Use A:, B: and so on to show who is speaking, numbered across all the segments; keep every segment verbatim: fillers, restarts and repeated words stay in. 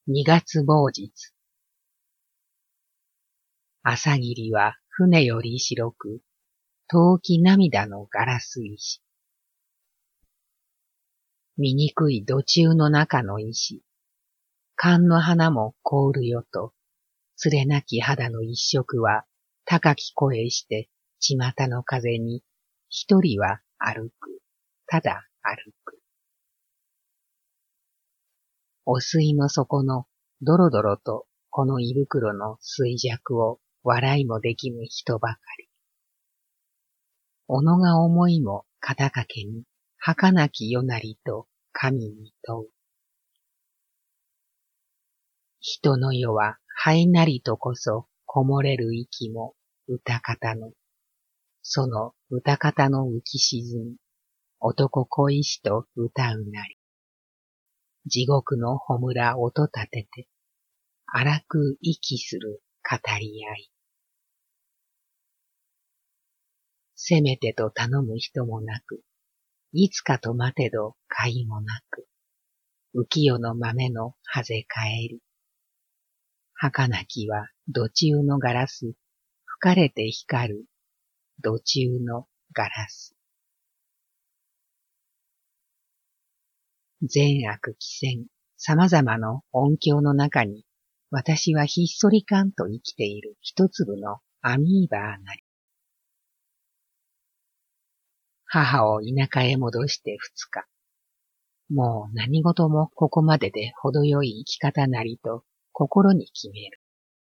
A: 二月某日。朝霧は船より白く、遠き涙のガラス石。醜い土中の中の石。寒の花も凍るよと、つれなき肌の一色は、高き声して巷の風に、一人は歩く、ただ歩く。お水の底のドロドロとこの胃袋の衰弱を笑いもできぬ人ばかり。己が思いも肩掛けに、儚き夜なりと神に問う。人の世は灰なりとこそこもれる息も歌方の、その歌方の浮き沈み、男恋しと歌うなり。地獄のほら音立てて、荒く息する語り合い。せめてと頼む人もなく、いつかと待てど甲斐もなく、浮世の豆のはぜ帰り。儚きは土中のガラス、吹かれて光る土中のガラス。善悪奇戦、様々な音響の中に、私はひっそりかんと生きている一粒のアミーバーなり。母を田舎へ戻して二日。もう何事もここまでで程よい生き方なりと心に決める。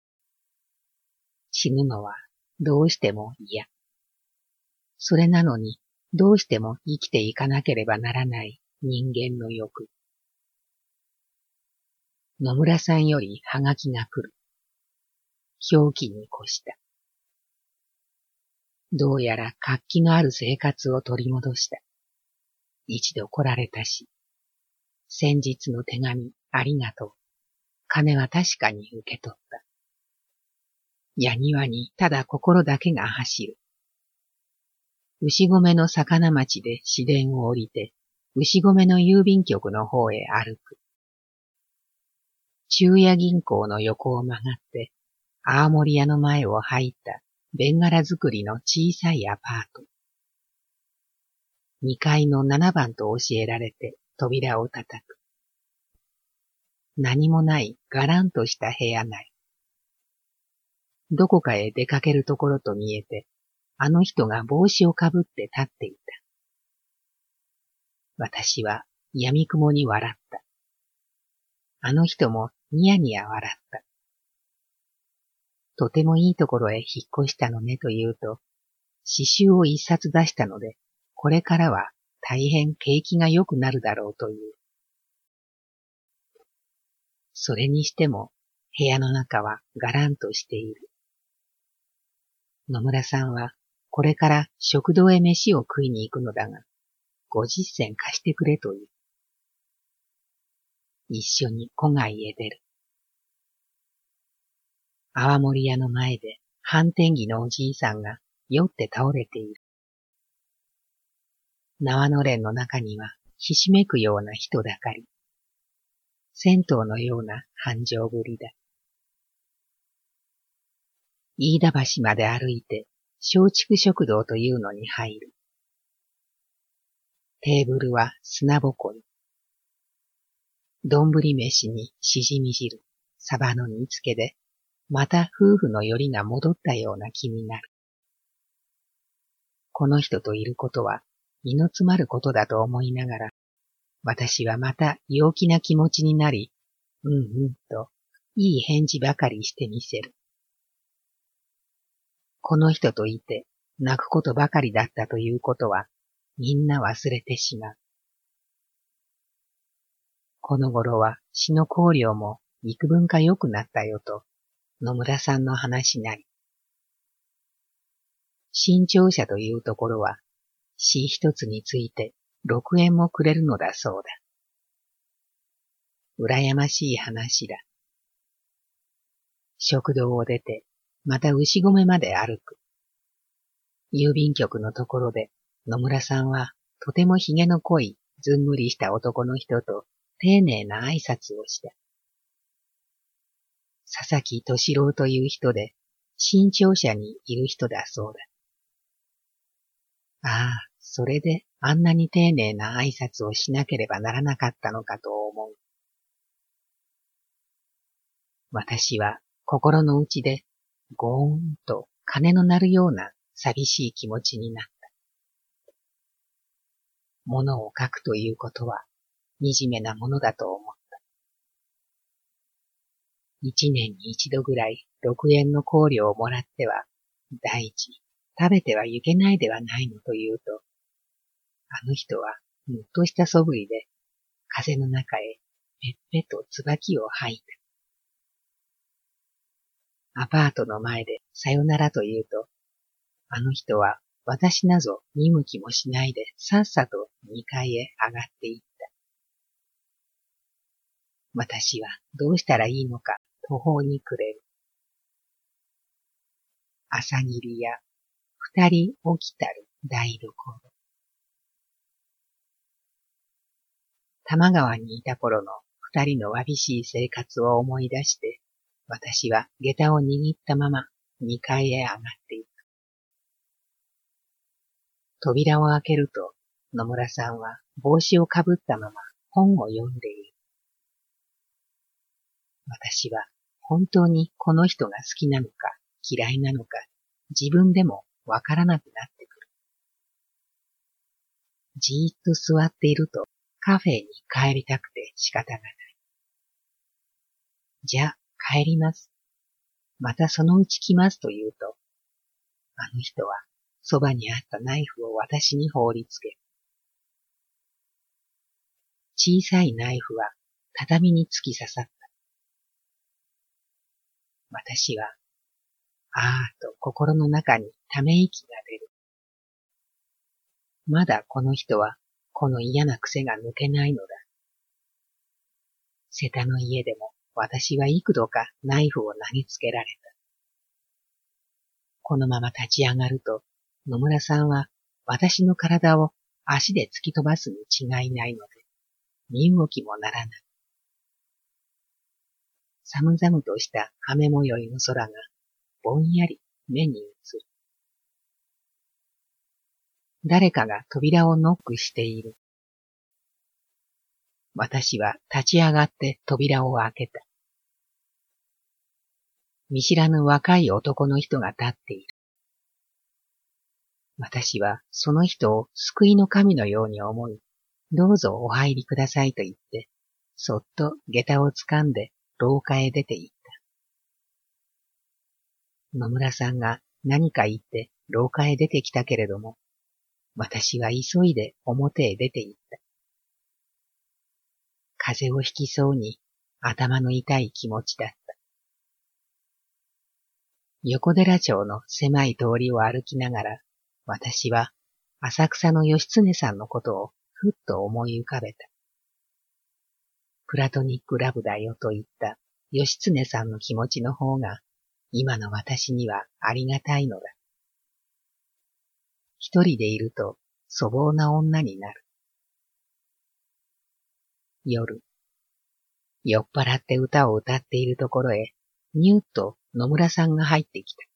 A: 死ぬのはどうしても嫌。それなのにどうしても生きていかなければならない人間の欲。野村さんよりはがきが来る。表記に越した。どうやら活気のある生活を取り戻した。一度来られたし。先日の手紙ありがとう。金は確かに受け取った。矢庭にただ心だけが走る。牛込の魚町で市電を降りて、牛込の郵便局の方へ歩く。中野銀行の横を曲がって、青森屋の前を入ったベンガラ造りの小さいアパート。二階の七番と教えられて扉を叩く。何もないがらんとした部屋なり。どこかへ出かけるところと見えて、あの人が帽子をかぶって立っていた。私は闇雲に笑った。あの人もニヤニヤ笑った。とてもいいところへ引っ越したのねと言うと、詩集を一冊出したので、これからは大変景気が良くなるだろうという。それにしても部屋の中はがらんとしている。野村さんはこれから食堂へ飯を食いに行くのだが、五十銭貸してくれという。一緒に戸外へ出る。泡盛屋の前で半天気のおじいさんが酔って倒れている。縄のれんの中にはひしめくような人だかり。銭湯のような繁盛ぶりだ。飯田橋まで歩いて松竹食堂というのに入る。テーブルは砂ぼこり。丼飯にしじみ汁、サバの煮付けで、また夫婦のよりが戻ったような気になる。この人といることは身の詰まることだと思いながら、私はまた陽気な気持ちになり、うんうんと、いい返事ばかりしてみせる。この人といて泣くことばかりだったということは、みんな忘れてしまう。この頃は詩の香料も幾分か良くなったよと、野村さんの話なり。新潮社というところは、詩一つについて六円もくれるのだそうだ。羨ましい話だ。食堂を出て、また牛込まで歩く。郵便局のところで、野村さんはとてもひげの濃いずんぐりした男の人と丁寧な挨拶をした。 佐々木敏郎という人で、新庁舎にいる人だそうだ。ああ、それであんなに丁寧な挨拶をしなければならなかったのかと思う。私は心の内でゴーンと鐘の鳴るような寂しい気持ちになった。物を書くということは惨めなものだと思った。一年に一度ぐらい六円の香料をもらっては、第一、食べてはいけないではないのというと、あの人はむっとした素振りで風の中へぺっぺと椿を吐いた。アパートの前でさよならというと、あの人は私なぞ見向きもしないでさっさと二階へ上がっていった。私はどうしたらいいのか途方に暮れる。朝霧や二人起きたる台所。多摩川にいた頃の二人のわびしい生活を思い出して、私は下駄を握ったまま二階へ上がっていく。扉を開けると野村さんは帽子をかぶったまま本を読んでいる。私は本当にこの人が好きなのか嫌いなのか自分でもわからなくなってくる。じーっと座っているとカフェに帰りたくて仕方がない。じゃあ帰ります。またそのうち来ますと言うと、あの人はそばにあったナイフを私に放りつける。小さいナイフは畳に突き刺さった。私は、ああと心の中にため息が出る。まだこの人はこの嫌な癖が抜けないのだ。瀬田の家でも私は幾度かナイフを投げつけられた。このまま立ち上がると野村さんは私の体を足で突き飛ばすに違いないので、身動きもならない。寒々とした雨模様の空がぼんやり目に映る。誰かが扉をノックしている。私は立ち上がって扉を開けた。見知らぬ若い男の人が立っている。私はその人を救いの神のように思い、どうぞお入りくださいと言って、そっと下駄を掴んで廊下へ出て行った。野村さんが何か言って廊下へ出てきたけれども、私は急いで表へ出て行った。風邪をひきそうに頭の痛い気持ちだった。横寺町の狭い通りを歩きながら、私は浅草の義経さんのことをふっと思い浮かべた。プラトニックラブだよと言った義経さんの気持ちの方が今の私にはありがたいのだ。一人でいると粗暴な女になる。夜、酔っ払って歌を歌っているところへニュッと野村さんが入ってきた。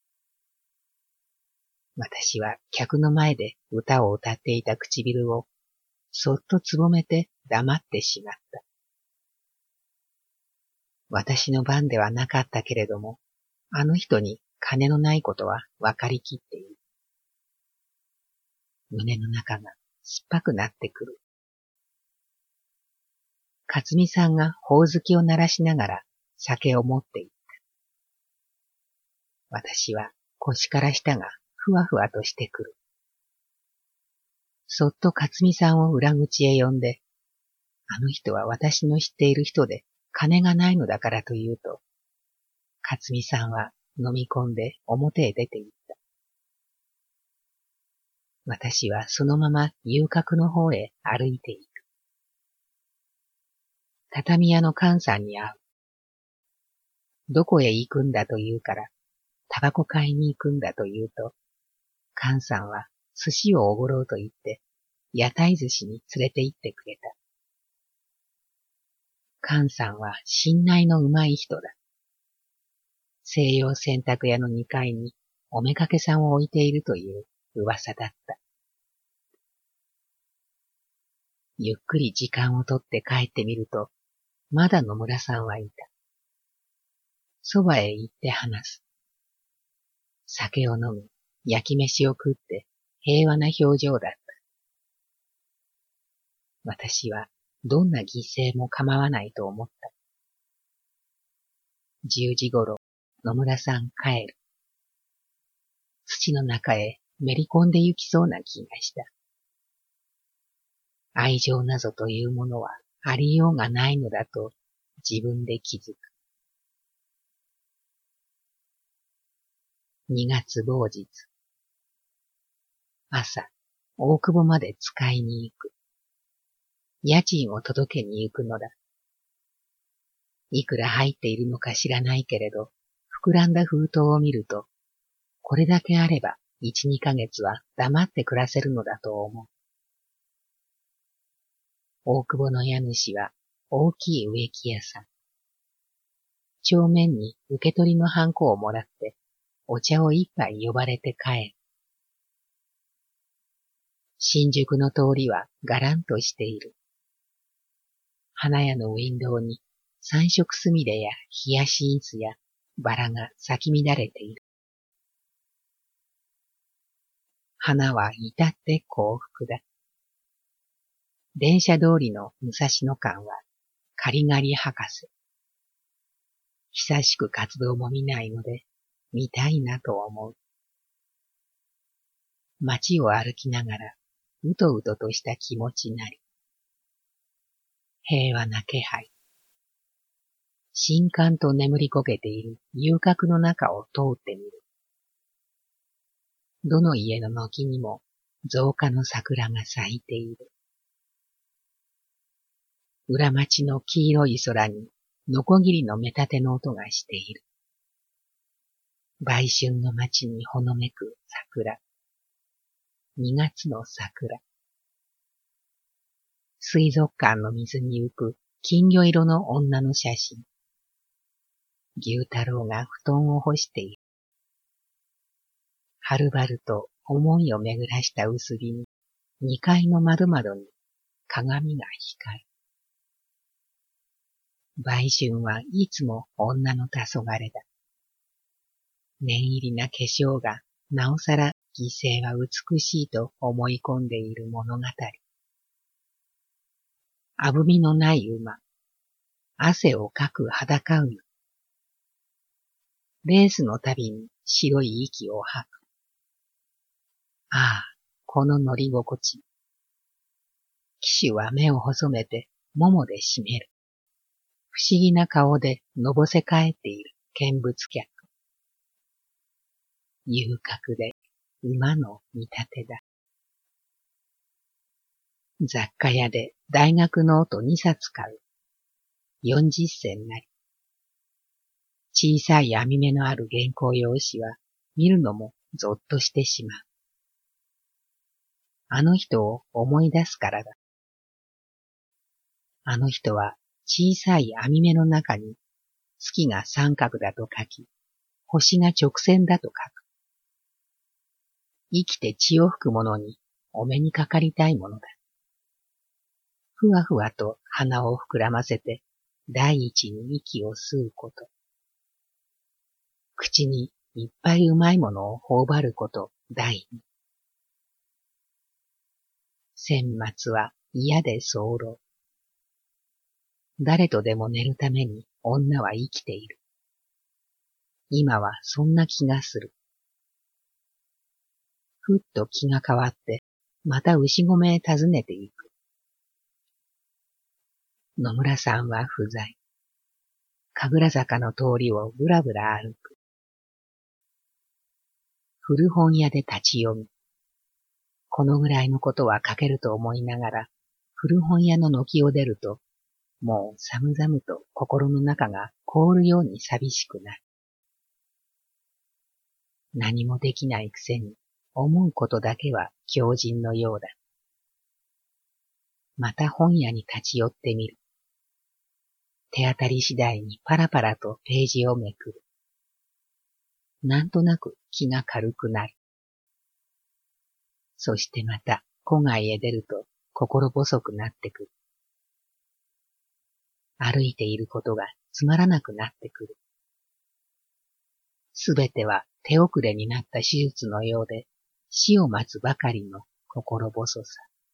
A: 私は客の前で歌を歌っていた唇をそっとつぼめて黙ってしまった。私の番ではなかったけれども、あの人に金のないことは分かりきっている。胸の中が酸っぱくなってくる。勝美さんがほおずきを鳴らしながら酒を持っていった。私は腰から下がふわふわとしてくる。そっと勝美さんを裏口へ呼んで、あの人は私の知っている人で金がないのだからと言うと、勝美さんは飲み込んで表へ出て行った。私はそのまま遊郭の方へ歩いていく。畳屋の菅さんに会う。どこへ行くんだと言うから、タバコ買いに行くんだと言うと、菅さんは寿司をおごろうと言って、屋台寿司に連れて行ってくれた。菅さんは信頼のうまい人だ。 西洋洗濯屋のにかいにおめかけさんを置いているという噂だった。ゆっくり時間をとって帰ってみると、まだ野村さんはいた。そばへ行って話す。酒を飲み、焼き飯を食って平和な表情だった。私はどんな犠牲も構わないと思った。じゅうじごろ、野村さん帰る。土の中へめり込んで行きそうな気がした。愛情なぞというものはありようがないのだと自分で気づく。にがつ某日。朝、大久保まで使いに行く。家賃を届けに行くのだ。いくら入っているのか知らないけれど、膨らんだ封筒を見ると、これだけあればいち、にかげつは黙って暮らせるのだと思う。大久保の家主は大きい植木屋さん。帳面に受け取りのハンコをもらって、お茶を一杯呼ばれて帰る。新宿の通りはがらんとしている。花屋のウィンドウに三色すみれやヒヤシンスやバラが咲き乱れている。花は至って幸福だ。電車通りの武蔵野館はカリガリ博士。久しく活動も見ないので見たいなと思う。街を歩きながらうとうととした気持ちなり。平和な気配。新刊と眠りこけている遊郭の中を通ってみる。どの家の軒にも造花の桜が咲いている。裏町の黄色い空にノコギリの目立ての音がしている。売春の町にほのめく桜。にがつの桜。水族館の水に浮く金魚色の女の写真。牛太郎が布団を干している。はるばると思いを巡らした薄日に、二階の窓窓に鏡が光る。売春はいつも女の黄昏だ。念入りな化粧がなおさら犠牲は美しいと思い込んでいる物語。あぶみのない馬、汗をかく裸馬。レースのたびに白い息を吐く。ああ、この乗り心地。騎手は目を細めて、ももで締める。不思議な顔でのぼせ返っている見物客。遊郭で馬の見立てだ。雑貨屋で大学ノートにさつ買う。四十銭なり。小さい網目のある原稿用紙は見るのもぞっとしてしまう。あの人を思い出すからだ。あの人は小さい網目の中に月が三角だと書き、星が直線だと書く。生きて血を吹くものにお目にかかりたいものだ。ふわふわと鼻を膨らませて第一に息を吸うこと。口にいっぱいうまいものを頬張ること第二。先末は嫌で候。誰とでも寝るために女は生きている。今はそんな気がする。ふっと気が変わって、また牛込へ訪ねていく。野村さんは不在。神楽坂の通りをぶらぶら歩く。古本屋で立ち読み。このぐらいのことは書けると思いながら、古本屋の軒を出ると、もう寒々と心の中が凍るように寂しくなる。何もできないくせに思うことだけは強靭のようだ。また本屋に立ち寄ってみる。手当たり次第にパラパラとページをめくる。 なんとなく気が軽くなる。そしてまた戸外へ出ると心細くなってくる。歩いていることがつまらなくなってくる。すべては手遅れになった手術のようで、死を待つばかりの心細さ。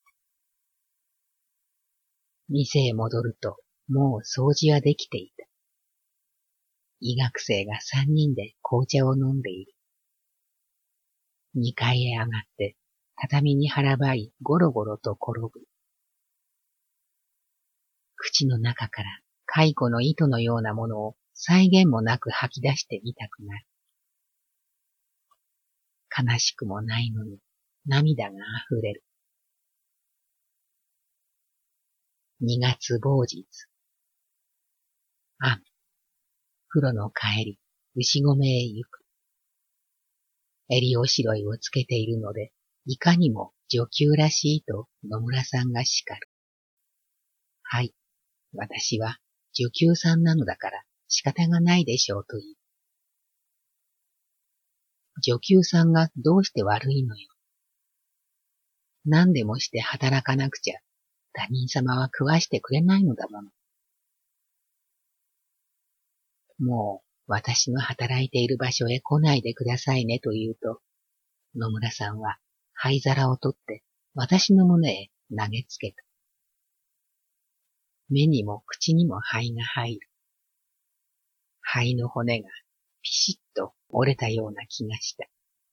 A: 店へ戻ると、もう掃除はできていた。医学生が三人で紅茶を飲んでいる。二階へ上がって、畳に腹ばいゴロゴロと転ぶ。口の中から蚕の糸のようなものを際限もなく吐き出してみたくなる。悲しくもないのに涙が溢れる。二月某日。雨。風呂の帰り、牛込へ行く。襟おしろいをつけているので、いかにも女給らしいと野村さんが叱る。はい、私は女給さんなのだから仕方がないでしょうと言う。女給さんがどうして悪いのよ。何でもして働かなくちゃ他人様は食わしてくれないのだもの。もう私の働いている場所へ来ないでくださいねと言うと、野村さんは灰皿を取って私の胸へ投げつけた。目にも口にも灰が入る。灰の骨がピシッと折れたような気がした。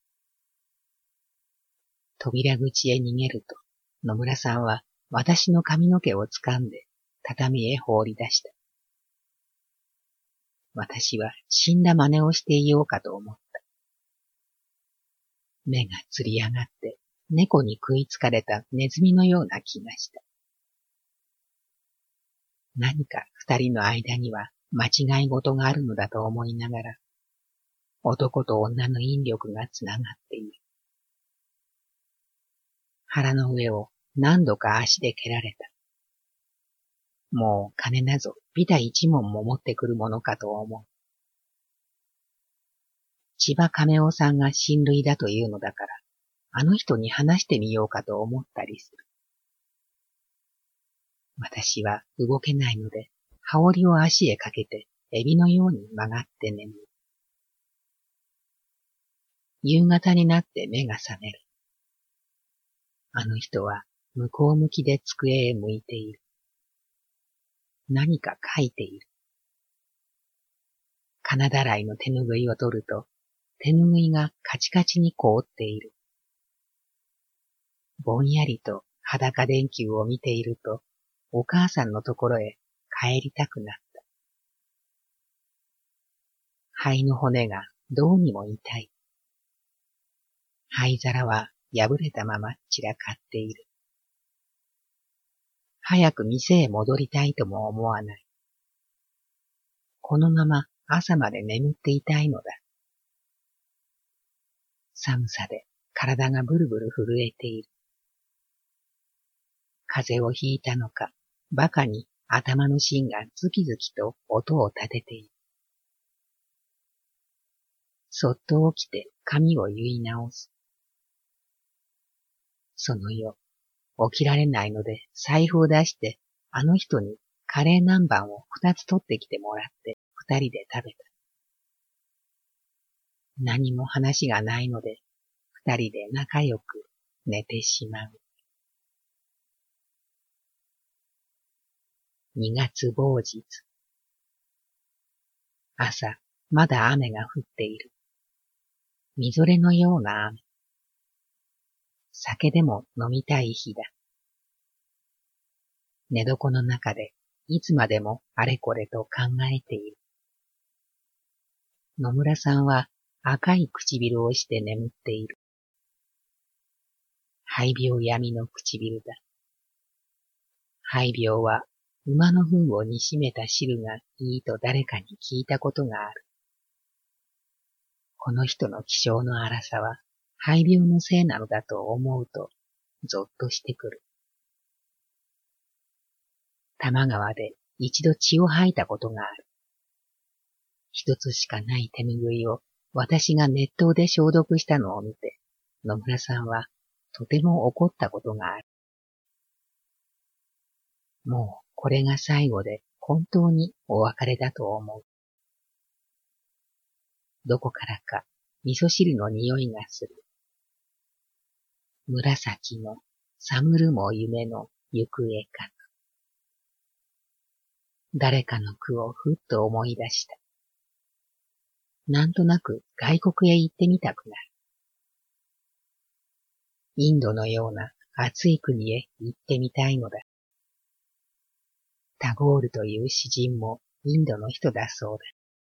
A: 扉口へ逃げると、野村さんは私の髪の毛を掴んで畳へ放り出した。私は死んだ真似をしていようかと思った。目がつり上がって猫に食いつかれたネズミのような気がした。何か二人の間には間違い事があるのだと思いながら、男と女の引力がつながっている。腹の上を何度か足で蹴られた。もう金なぞビタ一文も持ってくるものかと思う。千葉亀夫さんが親類だというのだから、あの人に話してみようかと思ったりする。私は動けないので、羽織を足へかけて、エビのように曲がって眠る。夕方になって目が覚める。あの人は向こう向きで机へ向いている。何か書いている。金だらいの手ぬぐいを取ると、手ぬぐいがカチカチに凍っている。ぼんやりと裸電球を見ていると、お母さんのところへ帰りたくなった。灰の骨がどうにも痛い。灰皿は破れたまま散らかっている。早く店へ戻りたいとも思わない。このまま朝まで眠っていたいのだ。寒さで体がブルブル震えている。風邪をひいたのか、バカに頭の芯がズキズキと音を立てている。そっと起きて髪を結い直す。その夜、起きられないので財布を出してあの人にカレー南蛮を二つ取ってきてもらって二人で食べた。何も話がないので二人で仲良く寝てしまう。二月某日。朝、まだ雨が降っている。みぞれのような雨。酒でも飲みたい日だ。寝床の中でいつまでもあれこれと考えている。野村さんは赤い唇をして眠っている。肺病闇の唇だ。肺病は馬の糞を煮しめた汁がいいと誰かに聞いたことがある。この人の気性の荒さは肺病のせいなのだと思うとぞっとしてくる。多摩川で一度血を吐いたことがある。一つしかない手ぬぐいを私が熱湯で消毒したのを見て、野村さんはとても怒ったことがある。もうこれが最後で本当にお別れだと思う。どこからか味噌汁の匂いがする。紫の寒るも夢の行方かな。誰かの句をふっと思い出した。なんとなく外国へ行ってみたくなる。インドのような暑い国へ行ってみたいのだ。タゴールという詩人もインドの人だそう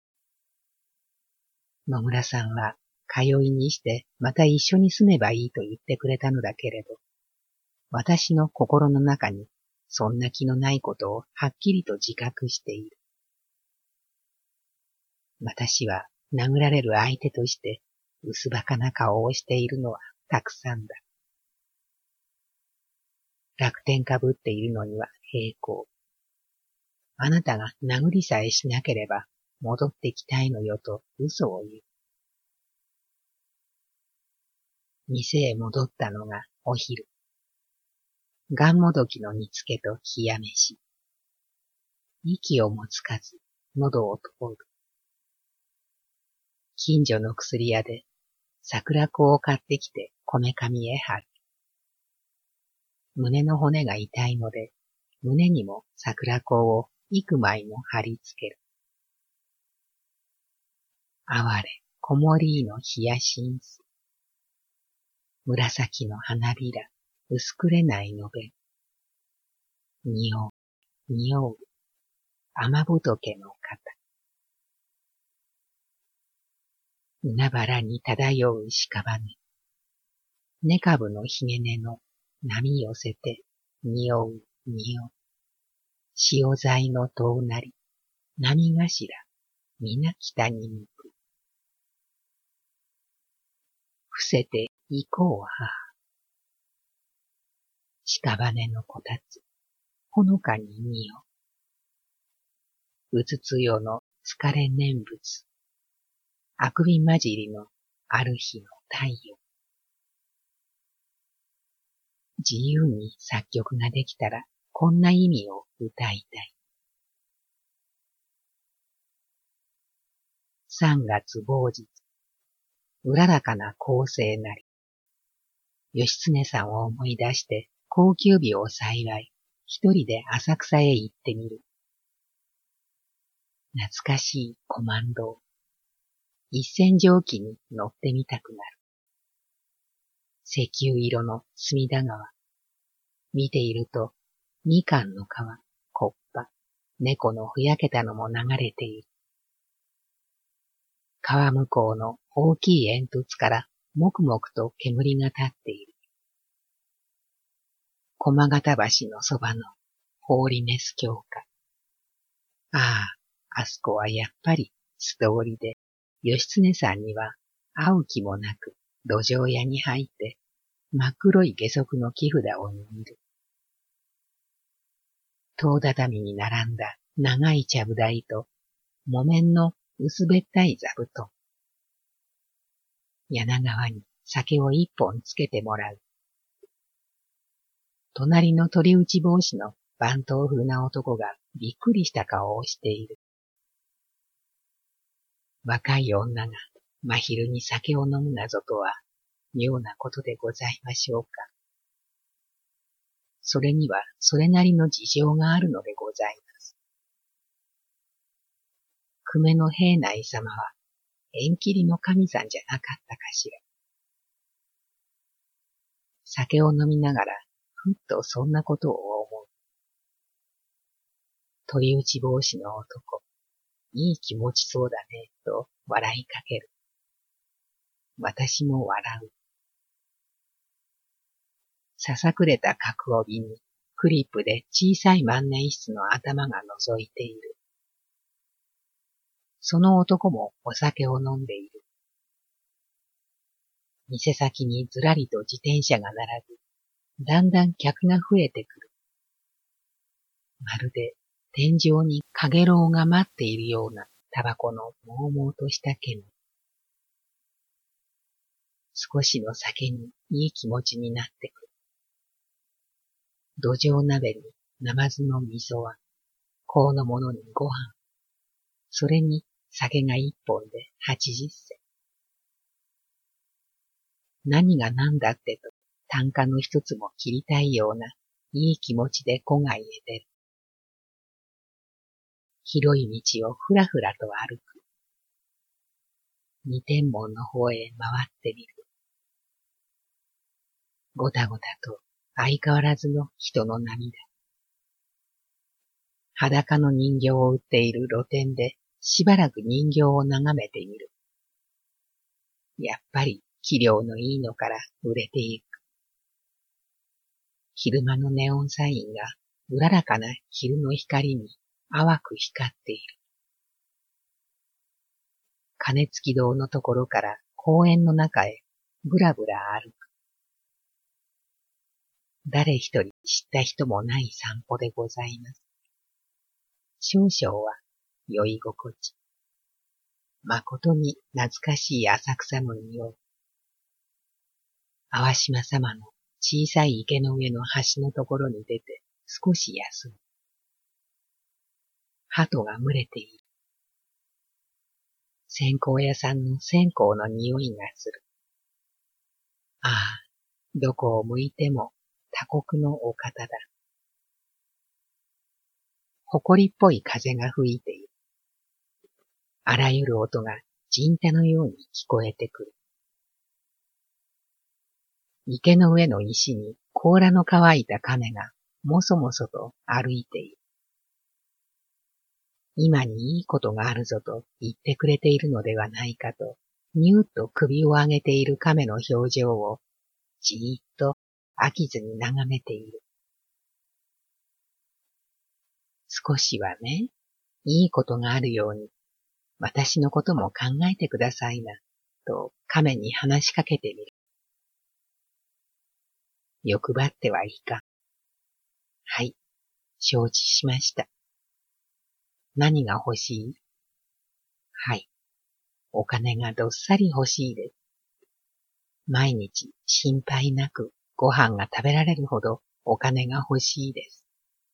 A: だ。野村さんは通いにしてまた一緒に住めばいいと言ってくれたのだけれど、私の心の中にそんな気のないことをはっきりと自覚している。私は殴られる相手として薄バカな顔をしているのはたくさんだ。楽天かぶっているのには平行。あなたが殴りさえしなければ戻ってきたいのよと嘘を言う。店へ戻ったのがお昼。がんもどきの煮つけと冷や飯。息をもつかず喉を通る。近所の薬屋で桜粉を買ってきてこめかみへ貼る。胸の骨が痛いので胸にも桜粉を幾枚も貼り付ける。哀れ、木漏りのヒヤシンス。紫の花びら、薄くれないのべん。匂う、匂う、雨仏の肩。海原に漂う屍。根株のひげ根の波寄せて、匂う、匂う。潮剤の遠なり、波頭、皆北に向く。伏せて行こう母。屍のこたつ、ほのかに匂う。うつつよの疲れ念仏。あくび混じりのある日の太陽。自由に作曲ができたらこんな意味を歌いたい。三月某日、うららかな光晴なり。義経さんを思い出して高級日を幸い、一人で浅草へ行ってみる。懐かしいコマンド。一船蒸気に乗ってみたくなる。石油色の隅田川。見ていると、みかんの皮、こっぱ、猫のふやけたのも流れている。川向こうの大きい煙突からもくもくと煙が立っている。駒形橋のそばのホーリネス教会。ああ、あそこはやっぱり素通りで、義経さんには会う気もなく路上屋に入って真っ黒い下足の木札を握る。遠畳に並んだ長いちゃぶ台と木綿の薄べったい座布団。柳川に酒を一本つけてもらう。隣の鳥打ち帽子の番頭風な男がびっくりした顔をしている。若い女が真昼に酒を飲むなぞとは妙なことでございましょうか。それにはそれなりの事情があるのでございます。久米の平内様は縁切りの神さんじゃなかったかしら。酒を飲みながらふっとそんなことを思う。鳥打ち帽子の男、いい気持ちそうだね、と笑いかける。私も笑う。ささくれた角帯にクリップで小さい万年筆の頭が覗いている。その男もお酒を飲んでいる。店先にずらりと自転車が並び、だんだん客が増えてくる。まるで天井にかげろうが待っているようなタバコのもうもうとした煙。 少しの酒にいい気持ちになってくる。土壌鍋にナマズの味噌は、香のものにご飯。それに酒が一本で八十銭。何が何だってと単価の一つも切りたいようないい気持ちで戸外へ出る。広い道をふらふらと歩く。二天門の方へ回ってみる。ごたごたと相変わらずの人の波だ。裸の人形を売っている露店でしばらく人形を眺めてみる。やっぱり器量のいいのから売れていく。昼間のネオンサインがうららかな昼の光に淡く光っている。鐘付き堂のところから公園の中へぶらぶら歩く。誰一人知った人もない散歩でございます。少々は酔い心地。誠に懐かしい浅草の匂い。淡島様の小さい池の上の橋のところに出て少し休む。鳩が群れている。線香屋さんの線香の匂いがする。ああ、どこを向いても他国のお方だ。誇りっぽい風が吹いている。あらゆる音が陣太のように聞こえてくる。池の上の石に甲羅の乾いた亀がもそもそと歩いている。今にいいことがあるぞと言ってくれているのではないかと、にゅーっと首を上げている亀の表情をじーっと飽きずに眺めている。少しはね、いいことがあるように、私のことも考えてくださいな、と亀に話しかけてみる。欲張ってはいかん。はい、承知しました。何が欲しい？はい、お金がどっさり欲しいです。毎日心配なくご飯が食べられるほどお金が欲しいです。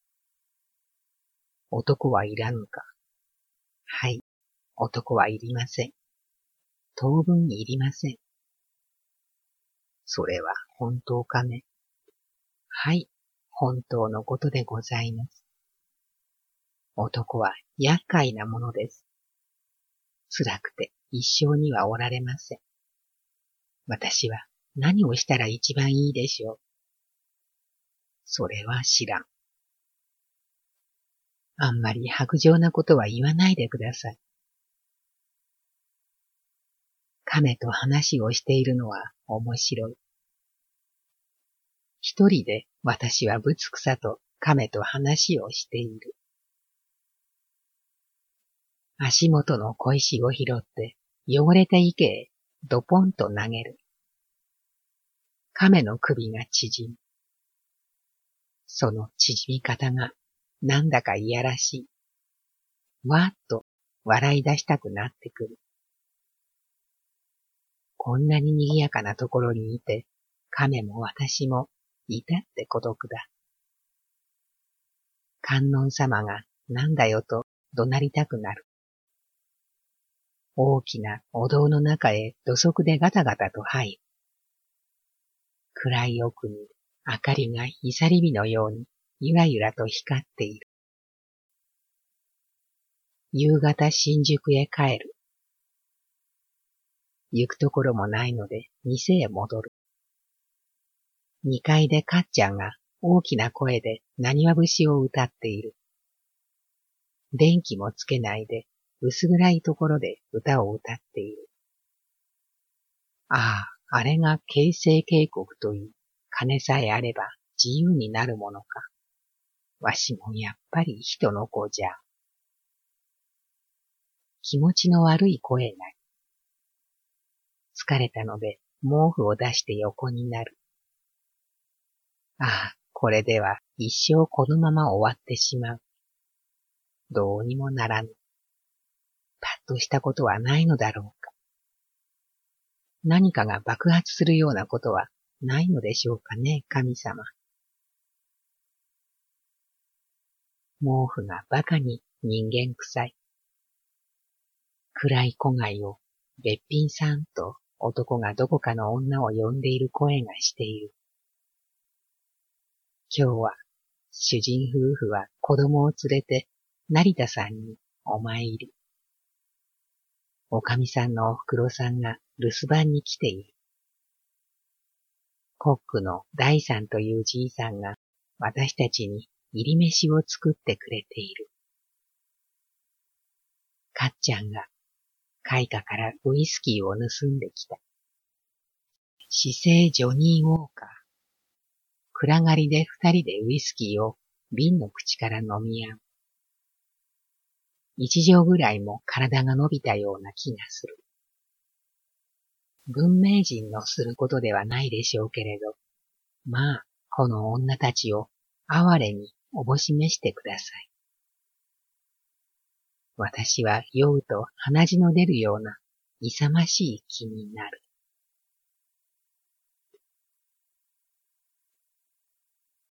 A: 男はいらぬか？はい、男はいりません。当分いりません。それは本当かね？はい、本当のことでございます。男は厄介なものです。辛くて一生にはおられません。私は何をしたら一番いいでしょう。それは知らん。あんまり薄情なことは言わないでください。亀と話をしているのは面白い。一人で私はぶつくさと亀と話をしている。足元の小石を拾って汚れた池へドポンと投げる。亀の首が縮む。その縮み方がなんだかいやらしい。わーっと笑い出したくなってくる。こんなに賑やかなところにいて、亀も私もいたって孤独だ。観音様がなんだよと怒鳴りたくなる。大きなお堂の中へ土足でガタガタと入る。暗い奥に明かりがいさり火のようにゆらゆらと光っている。夕方新宿へ帰る。行くところもないので店へ戻る。二階でかっちゃんが大きな声でなにわ節を歌っている。電気もつけないで薄暗いところで歌を歌っている。ああ、あれが京成渓谷といい、金さえあれば自由になるものか。わしもやっぱり人の子じゃ。気持ちの悪い声が。疲れたので毛布を出して横になる。ああ、これでは一生このまま終わってしまう。どうにもならぬ。パッとしたことはないのだろうか。 何かが爆発するようなことはないのでしょうかね、神様。毛布が馬鹿に人間臭い。暗い戸外をべっぴんさんと男がどこかの女を呼んでいる声がしている。今日は主人夫婦は子供を連れて成田さんにお参り。おかみさんのおふくろさんが留守番に来ている。コックの大さんというじいさんが私たちに入り飯を作ってくれている。かっちゃんが開花からウイスキーを盗んできた。市政ジョニー・ウォーカー。暗がりで二人でウイスキーを瓶の口から飲み合う。一錠ぐらいも体が伸びたような気がする。文明人のすることではないでしょうけれど、まあ、この女たちを哀れにおぼしめしてください。私は酔うと鼻血の出るような勇ましい気になる。